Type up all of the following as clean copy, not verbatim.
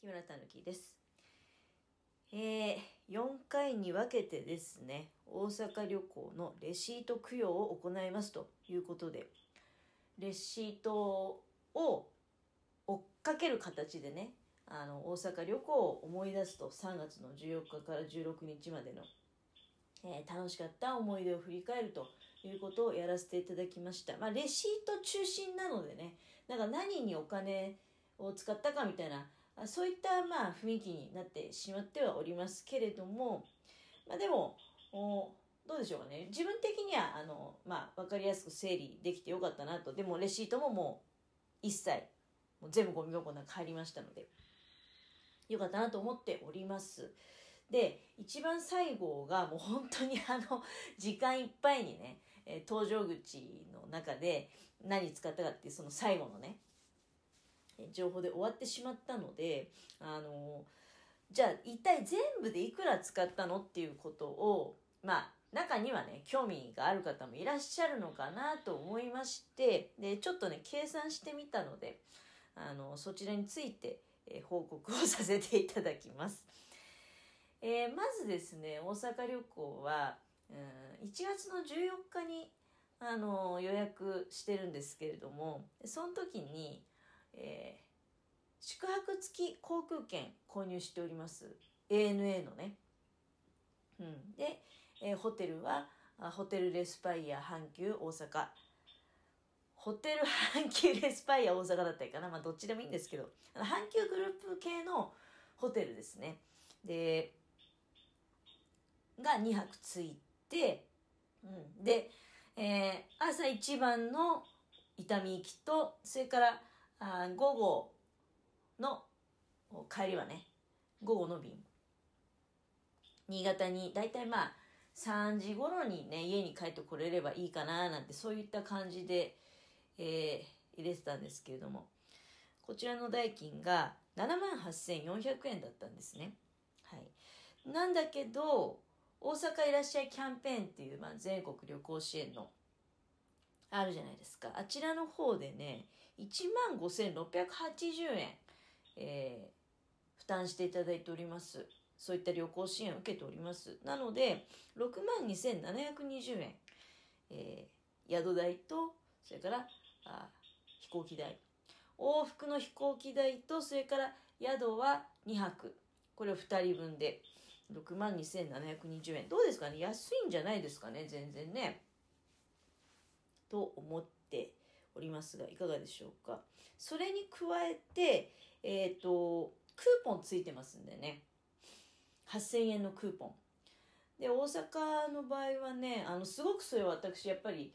木村たぬきです。4回に分けてですね、大阪旅行のレシート供養を行いますということで、レシートを追っかける形でね、大阪旅行を思い出すと3月の14日から16日までの、楽しかった思い出を振り返るということをやらせていただきました。レシート中心なのでね、なんか何にお金を使ったかみたいな、そういった雰囲気になってしまってはおりますけれども、でもどうでしょうかね。自分的には分かりやすく整理できてよかったなと。でもレシートももう一切もう全部ゴミ箱の中入りましたのでよかったなと思っております。で、一番最後がもう本当に時間いっぱいにね、搭乗口の中で何使ったかっていうその最後のね情報で終わってしまったので、じゃあ一体全部でいくら使ったのっていうことを中にはね興味がある方もいらっしゃるのかなと思いまして、でちょっとね計算してみたのでそちらについて、報告をさせていただきます。まずですね、大阪旅行は1月の14日に予約してるんですけれども、その時に、宿泊付き航空券購入しております。 ANA のね、で、ホテルはホテルレスパイア阪急大阪、ホテル阪急レスパイア大阪だったりかな、どっちでもいいんですけど、阪急グループ系のホテルですね。でが2泊ついて、で、朝一番の伊丹行きと、それから午後の帰りはね、午後の便、新潟にだいたい3時頃にね家に帰ってこれればいいかななんて、そういった感じで、入れてたんですけれども、こちらの代金が78,400円だったんですね。はい。なんだけど大阪いらっしゃいキャンペーンっていう、全国旅行支援のあるじゃないですか。あちらの方でね15,680円、負担していただいております。そういった旅行支援を受けております。なので62,720円、宿代と、それから飛行機代、往復の飛行機代と、それから宿は2泊、これを2人分で62,720円。どうですかね、安いんじゃないですかね、全然ねと思っておりますが、いかがでしょうか。それに加えてクーポンついてますんでね、8,000円のクーポンで、大阪の場合はねすごくそれは私やっぱり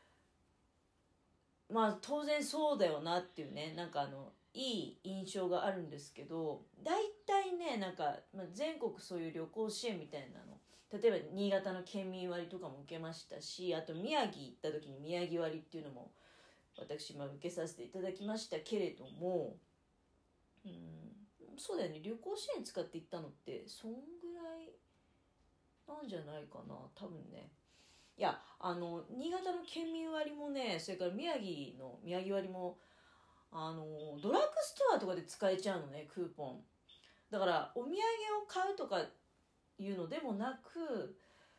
当然そうだよなっていうね、いい印象があるんですけど、大体ね全国そういう旅行支援みたいなの、例えば新潟の県民割とかも受けましたし、あと宮城行った時に宮城割っていうのも私受けさせていただきましたけれども、そうだよね、旅行支援使って行ったのってそんぐらいなんじゃないかな、多分ね。いや新潟の県民割もね、それから宮城の宮城割もドラッグストアとかで使えちゃうのね、クーポンだから。お土産を買うとかいうのでもなく、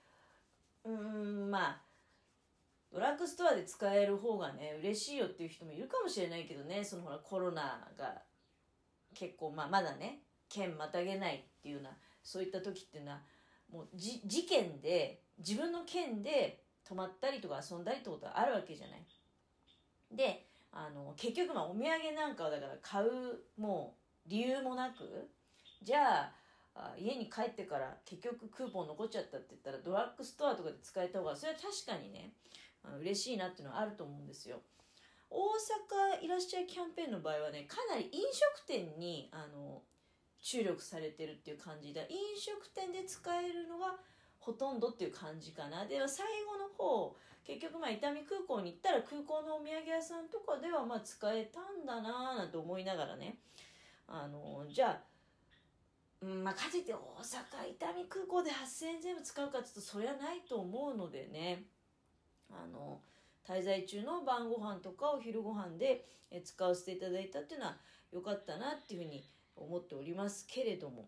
ドラッグストアで使える方がね嬉しいよっていう人もいるかもしれないけどね、そのほらコロナが結構まだね県またげないっていうような、そういった時っていうのはもう事件で自分の県で泊まったりとか遊んだりってことはあるわけじゃない。で結局お土産なんかはだから買うもう理由もなく、じゃあ家に帰ってから結局クーポン残っちゃったって言ったらドラッグストアとかで使えた方がそれは確かにね嬉しいなっていうのはあると思うんですよ。大阪いらっしゃいキャンペーンの場合はね、かなり飲食店に注力されてるっていう感じで、飲食店で使えるのがほとんどっていう感じかな。で最後の方結局伊丹空港に行ったら空港のお土産屋さんとかでは使えたんだななんて思いながらね、じゃあかといって大阪伊丹空港で8,000円全部使うかっていうとそれはないと思うのでね、滞在中の晩ご飯とかお昼ご飯で使わせていただいたっていうのは良かったなっていうふうに思っておりますけれども、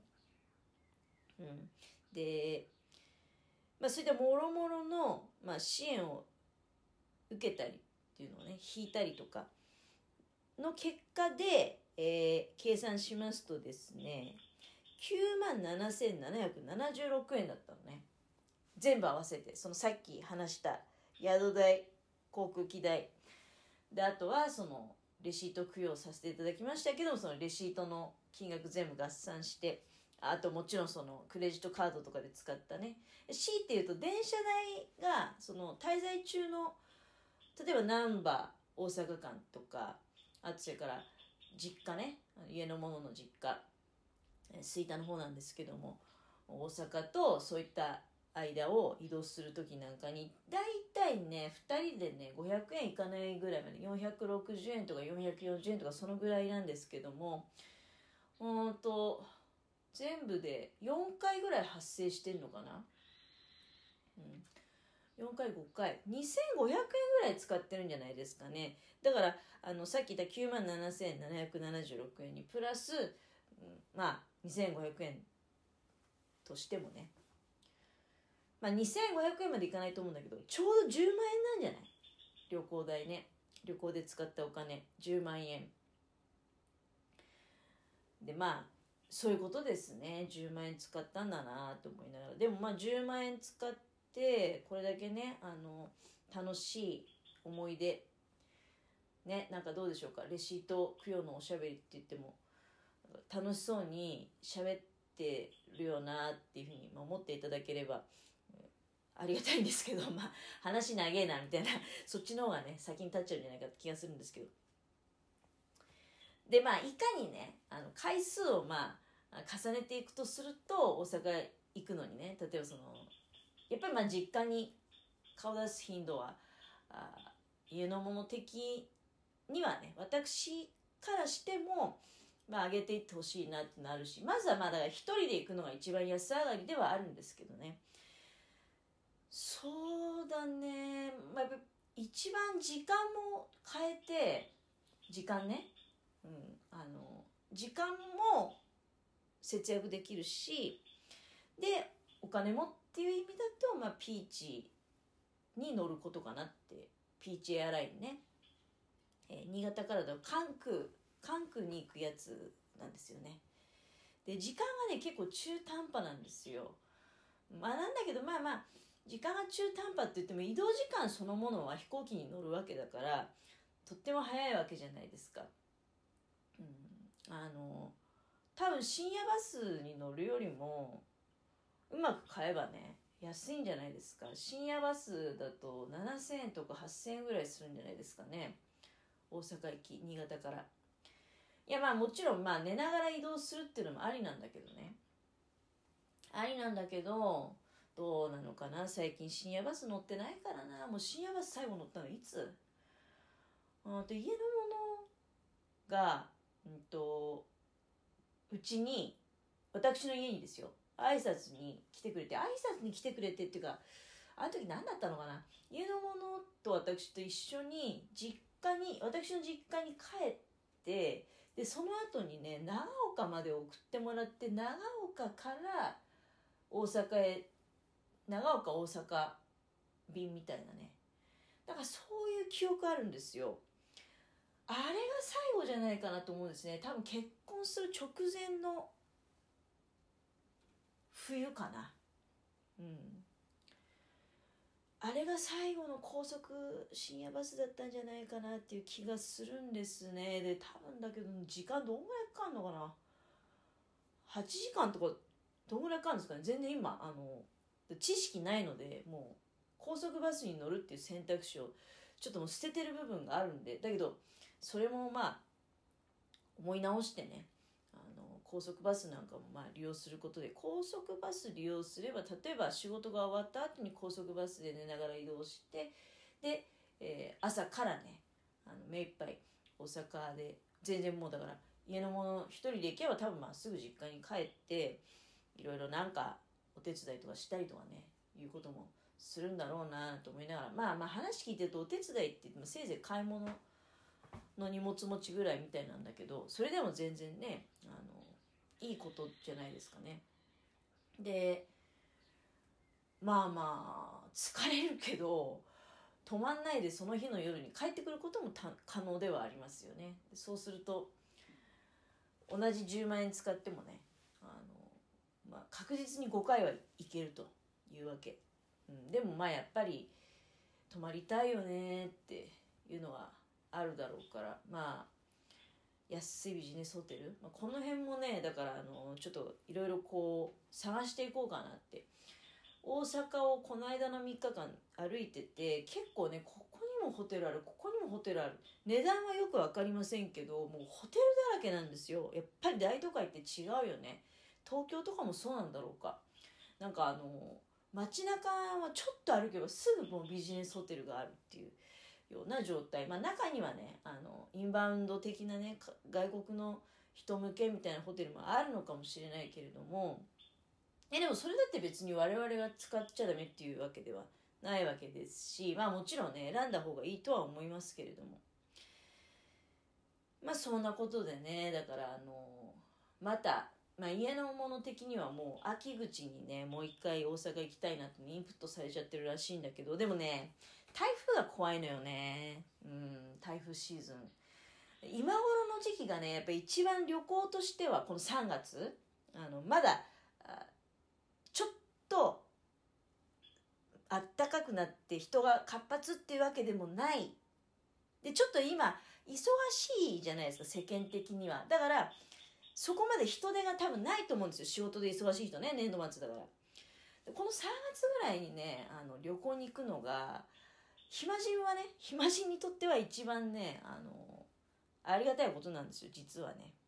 で、そういったもろもろの、支援を受けたりっていうのをね、引いたりとかの結果で、計算しますとですね、97,776円だったのね。全部合わせて、そのさっき話した宿代、航空機代、で、あとはそのレシート供養させていただきましたけど、そのレシートの金額全部合算して、あともちろんそのクレジットカードとかで使ったね、強いて言うと電車代がその滞在中の、例えば難波大阪間とか、あとそれから実家ね、家の者の実家、吹田の方なんですけども、大阪とそういった間を移動する時なんかにだいたいね2人でね500円いかないぐらいまで460円とか440円とかそのぐらいなんですけども、全部で4回ぐらい発生してんのかな、4回5回2500円ぐらい使ってるんじゃないですかね。だからさっき言った97,776円にプラス、2500円としてもね、2500円までいかないと思うんだけど、ちょうど10万円なんじゃない？旅行代ね。旅行で使ったお金10万円で、そういうことですね。10万円使ったんだなと思いながら、でも10万円使ってこれだけね、楽しい思い出ね、なんかどうでしょうか。レシート供養のおしゃべりって言っても楽しそうに喋ってるよなっていうふうに思っていただければありがたいんですけど、話長えなみたいなそっちの方がね先に立っちゃうんじゃないかって気がするんですけど、でいかにね回数を重ねていくとすると、大阪行くのにね、例えばやっぱり実家に顔出す頻度は家の者的にはね、私からしても上げていってほしいなってなるし、まずはだから一人で行くのが一番安上がりではあるんですけどね。そうだね、一番時間も変えて、時間ね、時間も節約できるし、でお金もっていう意味だと、ピーチに乗ることかなって。ピーチエアラインね、新潟からだと関空に行くやつなんですよね。で時間がね結構中途半端なんですよ。なんだけど時間が中途半端って言っても移動時間そのものは飛行機に乗るわけだからとっても早いわけじゃないですか。多分深夜バスに乗るよりもうまく買えばね安いんじゃないですか。深夜バスだと7000円とか8000円ぐらいするんじゃないですかね、大阪行き新潟から。いやもちろん寝ながら移動するっていうのもありなんだけどね、ありなんだけどどうなのかな。最近深夜バス乗ってないからな。もう深夜バス最後乗ったのいつ？家の者がうちに、私の家にですよ、挨拶に来てくれて、っていうか、あの時何だったのかな、家の者と私と一緒に私の実家に帰って、でその後にね長岡まで送ってもらって、長岡から大阪へ、長岡大阪便みたいなね、だからそういう記憶あるんですよ。あれが最後じゃないかなと思うんですね。多分結婚する直前の冬かな。あれが最後の高速深夜バスだったんじゃないかなっていう気がするんですね。で多分だけど時間どんぐらいかかるのかな、8時間とかどんぐらいかかるんですかね。全然今知識ないので、もう高速バスに乗るっていう選択肢をちょっともう捨ててる部分があるんで、だけどそれも思い直してね、高速バスなんかも利用することで、高速バス利用すれば、例えば仕事が終わった後に高速バスで寝ながら移動して、で、朝からね目いっぱい大阪で、全然もうだから家の者一人で行けば多分すぐ実家に帰っていろいろなんかお手伝いとかしたりとかねいうこともするんだろうなと思いながら、話聞いてるとお手伝いって言ってもせいぜい買い物の荷物持ちぐらいみたいなんだけど、それでも全然ねいいことじゃないですかね。で、まあまあ疲れるけど泊まんないでその日の夜に帰ってくることも可能ではありますよね。そうすると同じ10万円使ってもね、確実に5回は行けるというわけ、でもまあやっぱり泊まりたいよねっていうのはあるだろうから、まあ安いビジネスホテル、この辺もね、だからちょっといろいろこう探していこうかなって。大阪をこの間の3日間歩いてて、結構ね、ここにもホテルある、ここにもホテルある、値段はよく分かりませんけど、もうホテルだらけなんですよ。やっぱり大都会って違うよね。東京とかもそうなんだろうか。なんか街中はちょっと歩けばすぐもうビジネスホテルがあるっていうような状態。中にはね、インバウンド的なね、外国の人向けみたいなホテルもあるのかもしれないけれども、でもそれだって別に我々が使っちゃダメっていうわけではないわけですし、もちろんね、選んだ方がいいとは思いますけれども。そんなことでね、だからまた、家のもの的にはもう秋口にね、もう一回大阪行きたいなってインプットされちゃってるらしいんだけど、でもね、台風が怖いのよね。台風シーズン。今頃の時期がね、やっぱり一番旅行としてはこの3月、まだちょっとあったかくなって人が活発っていうわけでもないで、ちょっと今忙しいじゃないですか、世間的には。だからそこまで人手が多分ないと思うんですよ、仕事で忙しい人ね、年度末だから。この3月ぐらいにね、旅行に行くのが暇人にとっては一番ね、ありがたいことなんですよ、実はね。